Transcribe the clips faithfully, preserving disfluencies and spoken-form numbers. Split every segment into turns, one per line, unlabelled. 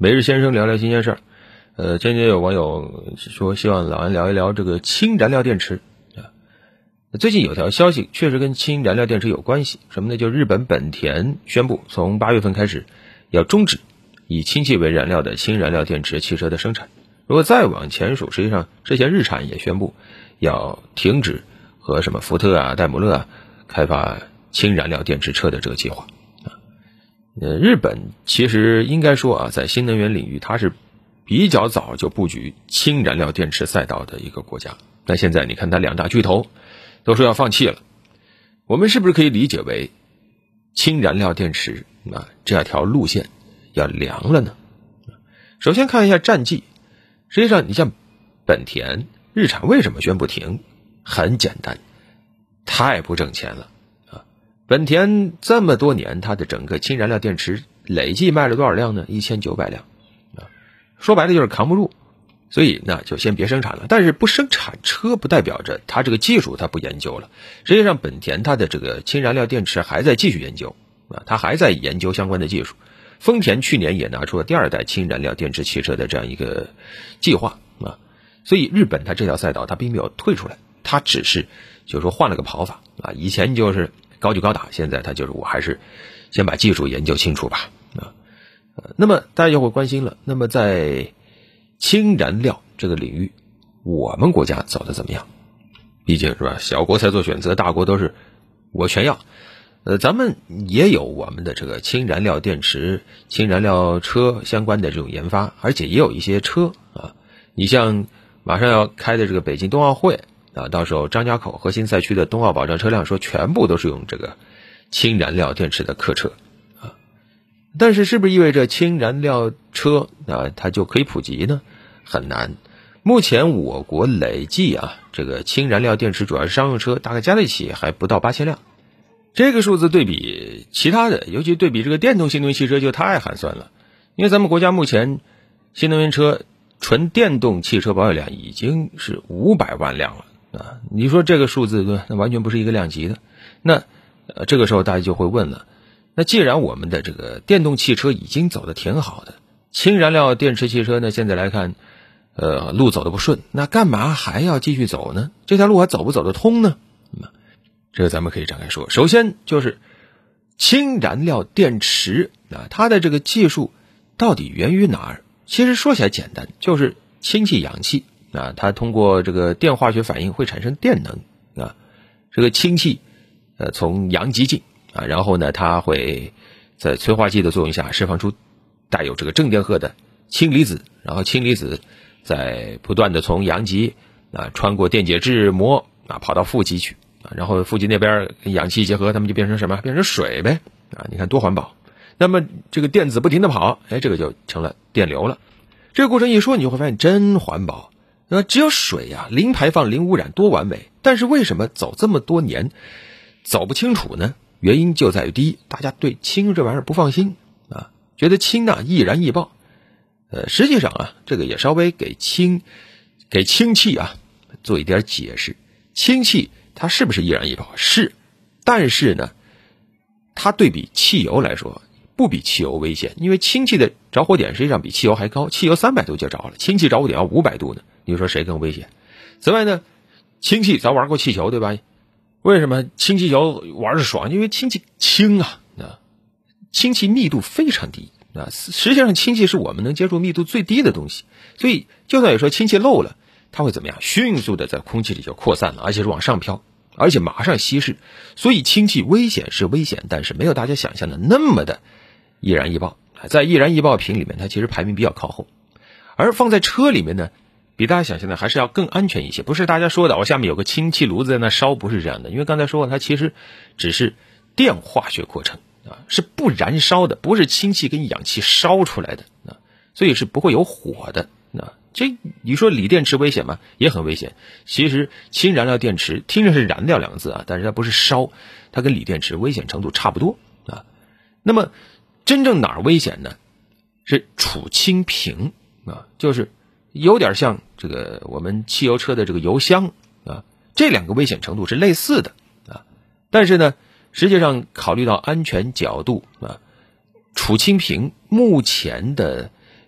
每日先生聊聊新鲜事儿。呃，今天有网友说希望老安聊一聊这个氢燃料电池啊。最近有条消息确实跟氢燃料电池有关系，什么呢？就日本本田宣布从八月份开始要终止以氢气为燃料的氢燃料电池汽车的生产。如果再往前数，实际上之前日产也宣布要停止和什么福特啊、戴姆勒啊开发氢燃料电池车的这个计划啊。呃，日本其实应该说啊，在新能源领域它是比较早就布局氢燃料电池赛道的一个国家。但现在你看它两大巨头都说要放弃了，我们是不是可以理解为氢燃料电池啊这条路线要凉了呢？首先看一下战绩，实际上你像本田、日产为什么宣布停？很简单，太不挣钱了啊！本田这么多年，它的整个氢燃料电池累计卖了多少辆呢？一千九百辆啊！说白了就是扛不住，所以那就先别生产了。但是不生产车不代表着它这个技术它不研究了。实际上本田它的这个氢燃料电池还在继续研究啊，它还在研究相关的技术。丰田去年也拿出了第二代氢燃料电池汽车的这样一个计划啊，所以日本它这条赛道它并没有退出来，它只是就是说换了个跑法啊，以前就是高举高打，现在它就是我还是先把技术研究清楚吧啊。那么大家就会关心了，那么在氢燃料这个领域，我们国家走的怎么样？毕竟是吧，小国才做选择，大国都是我全要。呃，咱们也有我们的这个氢燃料电池、氢燃料车相关的这种研发，而且也有一些车啊。你像马上要开的这个北京冬奥会啊，到时候张家口核心赛区的冬奥保障车辆说全部都是用这个氢燃料电池的客车啊。但是是不是意味着氢燃料车啊它就可以普及呢？很难。目前我国累计啊这个氢燃料电池主要是商用车，大概加在一起还不到八千辆。这个数字对比其他的，尤其对比这个电动新能源汽车就太寒酸了。因为咱们国家目前新能源车纯电动汽车保有量已经是五百万辆了啊！你说这个数字对吧？那完全不是一个量级的。那呃这个时候大家就会问了，那既然我们的这个电动汽车已经走得挺好的，氢燃料电池汽车呢现在来看呃路走得不顺，那干嘛还要继续走呢？这条路还走不走得通呢？嗯这个咱们可以展开说。首先就是氢燃料电池啊，它的这个技术到底源于哪儿？其实说起来简单，就是氢气、氧气啊，它通过这个电化学反应会产生电能啊。这个氢气呃从阳极进啊，然后呢，它会在催化剂的作用下释放出带有这个正电荷的氢离子，然后氢离子在不断的从阳极啊穿过电解质膜啊跑到负极去。啊，然后负极那边跟氧气结合，它们就变成什么？变成水呗！啊，你看多环保。那么这个电子不停的跑，哎，这个就成了电流了。这个过程一说，你就会发现真环保。那只有水呀、啊，零排放、零污染，多完美。但是为什么走这么多年走不清楚呢？原因就在于第一，大家对氢这玩意儿不放心啊，觉得氢呢易燃易爆。呃，实际上啊，这个也稍微给氢给氢气啊做一点解释。氢气它是不是易燃易爆？是，但是呢，它对比汽油来说，不比汽油危险，因为氢气的着火点实际上比汽油还高，汽油三百度就着了，氢气着火点要五百度呢，你说谁更危险？此外呢，氢气咱玩过气球对吧？为什么氢气球玩着爽？因为氢气轻啊，啊，氢气密度非常低啊，实际上氢气是我们能接触密度最低的东西，所以就算有时候氢气漏了，它会怎么样？迅速的在空气里就扩散了，而且是往上飘，而且马上稀释。所以氢气危险是危险，但是没有大家想象的那么的易燃易爆。在易燃易爆品里面，它其实排名比较靠后。而放在车里面呢，比大家想象的还是要更安全一些。不是大家说的我、哦、下面有个氢气炉子在那烧，不是这样的。因为刚才说它其实只是电化学过程啊，是不燃烧的，不是氢气跟氧气烧出来的啊，所以是不会有火的啊。这你说锂电池危险吗？也很危险。其实氢燃料电池听着是燃料两个字啊，但是它不是烧，它跟锂电池危险程度差不多啊。那么真正哪儿危险呢？是储氢瓶啊，就是有点像这个我们汽油车的这个油箱啊，这两个危险程度是类似的啊。但是呢，实际上考虑到安全角度啊，储氢瓶目前的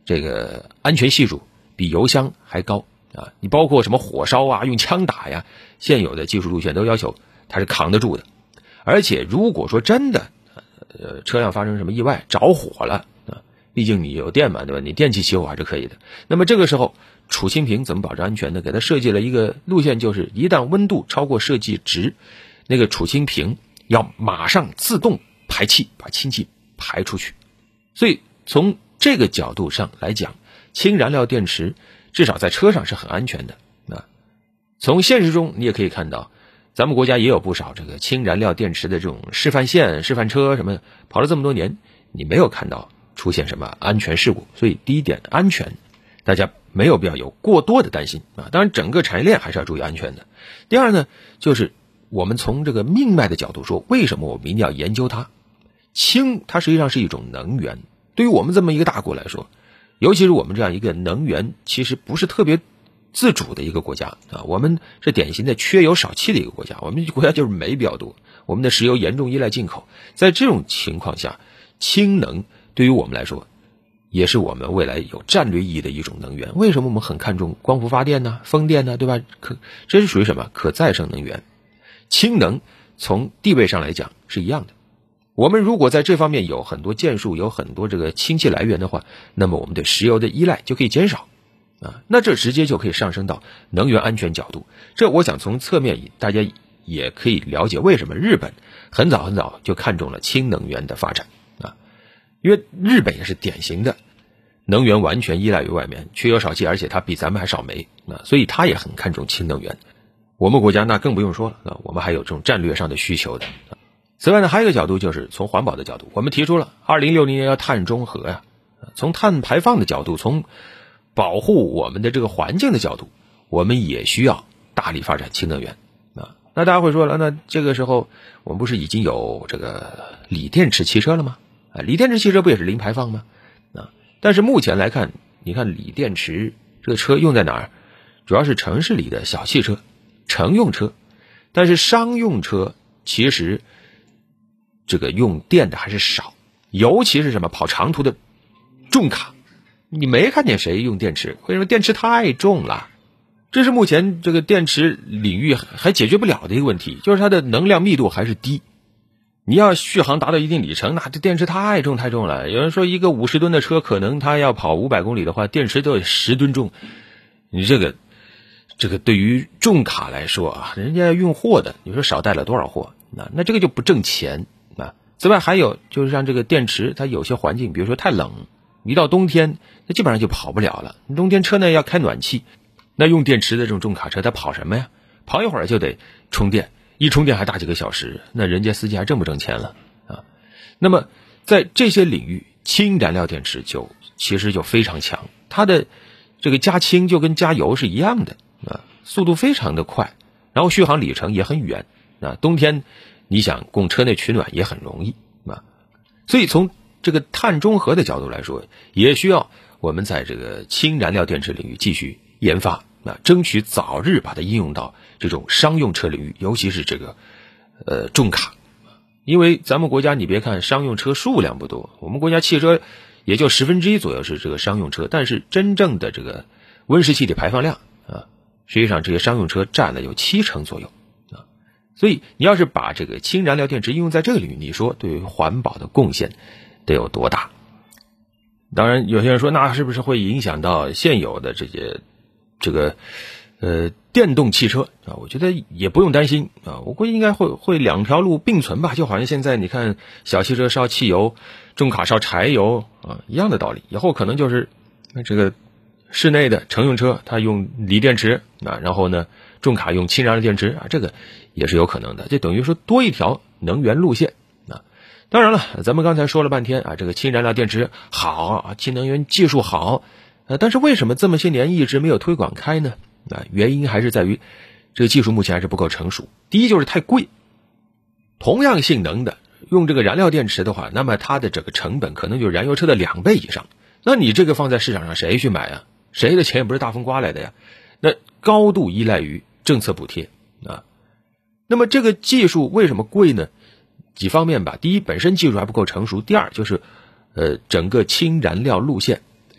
这个安全系数比油箱还高啊！你包括什么火烧啊、用枪打呀，现有的技术路线都要求它是扛得住的。而且如果说真的呃车辆发生什么意外着火了啊，毕竟你有电嘛，对吧？你电气起火还是可以的。那么这个时候储氢瓶怎么保证安全呢？给它设计了一个路线，就是一旦温度超过设计值，那个储氢瓶要马上自动排气，把氢气排出去。所以从这个角度上来讲，氢燃料电池至少在车上是很安全的啊。从现实中你也可以看到，咱们国家也有不少这个氢燃料电池的这种示范线、示范车什么，跑了这么多年，你没有看到出现什么安全事故。所以第一点，安全，大家没有必要有过多的担心啊。当然，整个产业链还是要注意安全的。第二呢，就是我们从这个命脉的角度说，为什么我们一定要研究它？氢它实际上是一种能源，对于我们这么一个大国来说，尤其是我们这样一个能源其实不是特别自主的一个国家啊，我们是典型的缺油少气的一个国家，我们国家就是煤比较多，我们的石油严重依赖进口。在这种情况下，氢能对于我们来说也是我们未来有战略意义的一种能源。为什么我们很看重光伏发电呢、风电呢，对吧？可这是属于什么？可再生能源。氢能从地位上来讲是一样的。我们如果在这方面有很多建树，有很多这个氢气来源的话，那么我们对石油的依赖就可以减少啊。那这直接就可以上升到能源安全角度。这我想从侧面大家也可以了解为什么日本很早很早就看中了氢能源的发展啊。因为日本也是典型的能源完全依赖于外面，缺油少气，而且它比咱们还少煤啊，所以它也很看重氢能源。我们国家那更不用说了啊，我们还有这种战略上的需求的。此外呢，还有一个角度就是从环保的角度，我们提出了二零六零年要碳中和呀。从碳排放的角度，从保护我们的这个环境的角度，我们也需要大力发展氢能源啊。那大家会说了，那这个时候我们不是已经有这个锂电池汽车了吗？啊，锂电池汽车不也是零排放吗？啊，但是目前来看，你看锂电池这个车用在哪儿？主要是城市里的小汽车、乘用车，但是商用车其实这个用电的还是少，尤其是什么跑长途的重卡，你没看见谁用电池？为什么？电池太重了，这是目前这个电池领域还解决不了的一个问题，就是它的能量密度还是低。你要续航达到一定里程，那这电池太重太重了。有人说一个五十吨的车，可能它要跑五百公里的话，电池都有十吨重。你这个这个对于重卡来说啊，人家运货的，你说少带了多少货？那那这个就不挣钱。此外还有就是像这个电池，它有些环境比如说太冷，一到冬天那基本上就跑不了了。冬天车呢要开暖气，那用电池的这种重卡车它跑什么呀？跑一会儿就得充电，一充电还大几个小时，那人家司机还挣不挣钱了啊？那么在这些领域，氢燃料电池就其实就非常强，它的这个加氢就跟加油是一样的啊，速度非常的快，然后续航里程也很远啊，冬天你想供车内取暖也很容易啊，所以从这个碳中和的角度来说，也需要我们在这个氢燃料电池领域继续研发啊，争取早日把它应用到这种商用车领域，尤其是这个呃重卡。因为咱们国家你别看商用车数量不多，我们国家汽车也就十分之一左右是这个商用车，但是真正的这个温室气体排放量啊，实际上这些商用车占了有七成左右。所以你要是把这个氢燃料电池应用在这个领域，你说对于环保的贡献得有多大？当然有些人说那是不是会影响到现有的这些这个呃电动汽车啊？我觉得也不用担心啊，我估计应该会会两条路并存吧，就好像现在你看小汽车烧汽油，重卡烧柴油啊一样的道理，以后可能就是这个室内的乘用车它用锂电池啊，然后呢重卡用氢燃料电池啊，这个也是有可能的，这等于说多一条能源路线啊。当然了，咱们刚才说了半天啊，这个氢燃料电池好啊，氢能源技术好，呃，但是为什么这么些年一直没有推广开呢？啊，原因还是在于这个技术目前还是不够成熟。第一就是太贵，同样性能的用这个燃料电池的话，那么它的这个成本可能就是燃油车的两倍以上。那你这个放在市场上谁去买啊？谁的钱也不是大风刮来的呀？那高度依赖于政策补贴啊。那么这个技术为什么贵呢？几方面吧。第一，本身技术还不够成熟；第二，就是呃整个氢燃料路线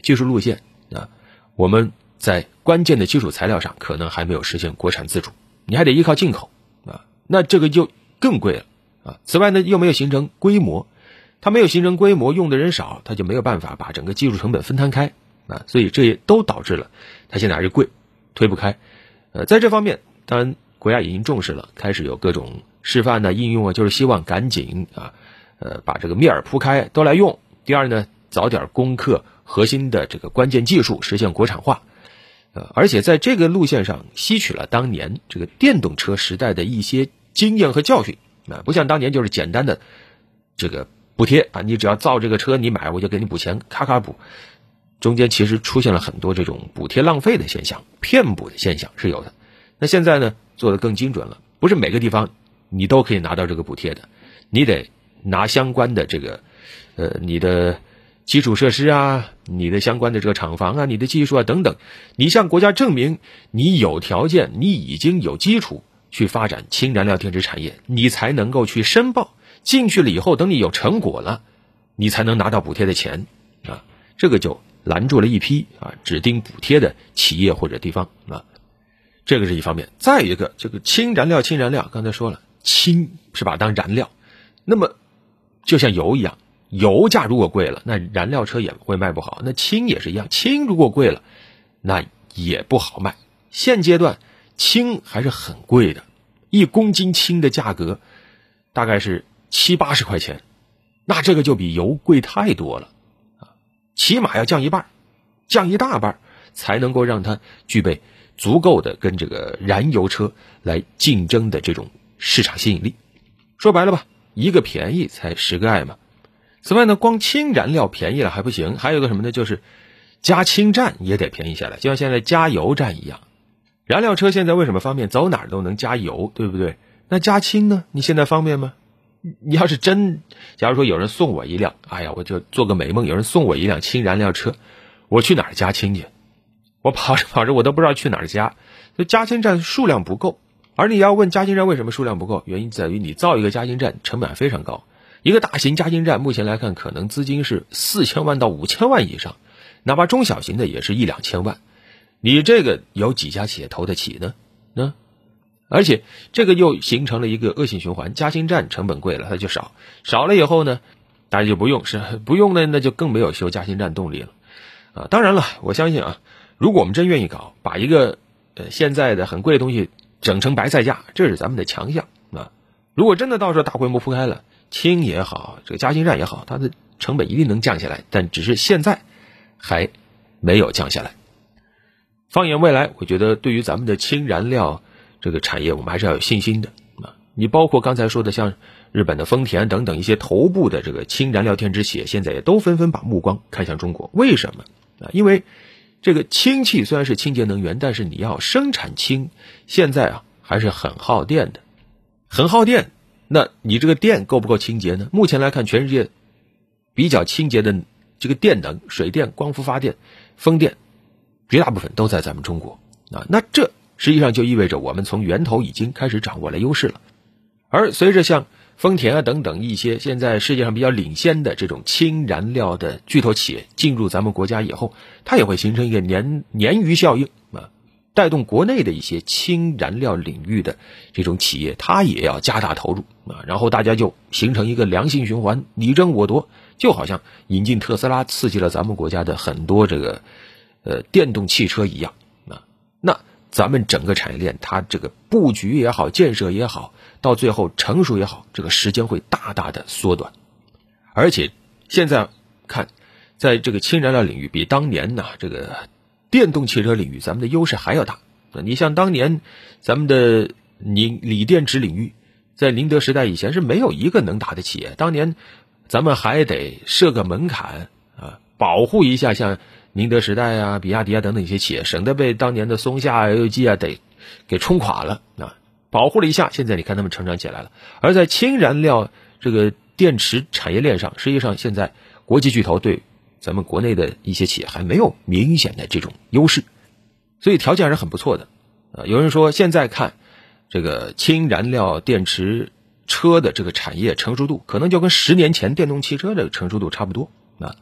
技术路线啊，我们在关键的基础材料上可能还没有实现国产自主，你还得依靠进口啊，那这个就更贵了啊。此外呢，又没有形成规模，它没有形成规模，用的人少，它就没有办法把整个技术成本分摊开啊，所以这也都导致了它现在还是贵，推不开。呃，在这方面，当然国家已经重视了，开始有各种示范呢、应用啊，就是希望赶紧啊，呃，把这个面儿铺开都来用。第二呢，早点攻克核心的这个关键技术，实现国产化。呃，而且在这个路线上吸取了当年这个电动车时代的一些经验和教训啊，不像当年就是简单的这个补贴啊，你只要造这个车，你买我就给你补钱，咔咔补。中间其实出现了很多这种补贴浪费的现象，骗补的现象是有的。那现在呢，做得更精准了，不是每个地方你都可以拿到这个补贴的，你得拿相关的这个呃你的基础设施啊，你的相关的这个厂房啊，你的技术啊等等，你向国家证明你有条件，你已经有基础去发展氢燃料电池产业，你才能够去申报，进去了以后，等你有成果了，你才能拿到补贴的钱啊，这个就拦住了一批啊指定补贴的企业或者地方啊，这个是一方面。再一个，这个氢燃料，氢燃料刚才说了，氢是把它当燃料，那么就像油一样，油价如果贵了，那燃料车也会卖不好，那氢也是一样，氢如果贵了，那也不好卖。现阶段氢还是很贵的，一公斤氢的价格大概是七八十块钱，那这个就比油贵太多了啊，起码要降一半，降一大半，才能够让它具备足够的跟这个燃油车来竞争的这种市场吸引力。说白了吧，一个便宜才十个爱嘛。此外呢，光氢燃料便宜了还不行，还有个什么呢，就是加氢站也得便宜下来，就像现在加油站一样。燃料车现在为什么方便，走哪儿都能加油，对不对？那加氢呢，你现在方便吗？你要是真假如说有人送我一辆，哎呀，我就做个美梦，有人送我一辆氢燃料车，我去哪儿加氢去？我跑着跑着我都不知道去哪儿加，所以加氢站数量不够。而你要问加氢站为什么数量不够，原因在于你造一个加氢站成本非常高，一个大型加氢站目前来看可能资金是四千万到五千万以上，哪怕中小型的也是一两千万，你这个有几家企业投得起呢？呢？而且这个又形成了一个恶性循环，加氢站成本贵了，它就少，少了以后呢，大家就不用，是不用呢，那就更没有修加氢站动力了啊。当然了，我相信啊，如果我们真愿意搞，把一个呃现在的很贵的东西整成白菜价，这是咱们的强项啊。如果真的到时候大规模铺开了，氢也好，这个加氢站也好，它的成本一定能降下来，但只是现在还没有降下来。放眼未来，我觉得对于咱们的氢燃料这个产业，我们还是要有信心的啊。你包括刚才说的像日本的丰田等等一些头部的这个氢燃料电池企业，现在也都纷纷把目光看向中国。为什么啊？因为这个氢气虽然是清洁能源，但是你要生产氢，现在啊还是很耗电的，很耗电。那你这个电够不够清洁呢？目前来看，全世界比较清洁的这个电能，水电、光伏发电、风电，绝大部分都在咱们中国啊。那这实际上就意味着我们从源头已经开始掌握了优势了。而随着像丰田啊等等一些现在世界上比较领先的这种氢燃料的巨头企业进入咱们国家以后，它也会形成一个鲶鲶鱼效应啊，带动国内的一些氢燃料领域的这种企业，它也要加大投入啊，然后大家就形成一个良性循环，你争我夺，就好像引进特斯拉刺激了咱们国家的很多这个呃电动汽车一样啊。那咱们整个产业链它这个布局也好，建设也好，到最后成熟也好，这个时间会大大的缩短。而且现在看，在这个氢燃料领域比当年呢这个电动汽车领域咱们的优势还要大。你像当年咱们的锂锂电池领域，在宁德时代以前是没有一个能打的企业，当年咱们还得设个门槛啊，保护一下像宁德时代啊、比亚迪啊等等一些企业，省得被当年的松下、L G 啊得给冲垮了啊。保护了一下，现在你看他们成长起来了。而在氢燃料这个电池产业链上，实际上现在国际巨头对咱们国内的一些企业还没有明显的这种优势，所以条件还是很不错的啊。有人说现在看这个氢燃料电池车的这个产业成熟度，可能就跟十年前电动汽车的成熟度差不多啊。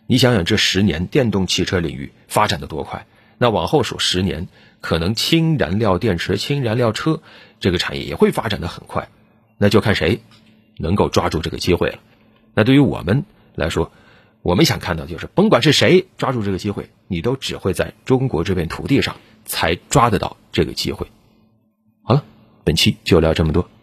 你想想这十年电动汽车领域发展的多快，那往后数十年，可能氢燃料电池、氢燃料车这个产业也会发展的很快，那就看谁能够抓住这个机会了。那对于我们来说，我们想看到就是甭管是谁抓住这个机会，你都只会在中国这片土地上才抓得到这个机会。好了，本期就聊这么多。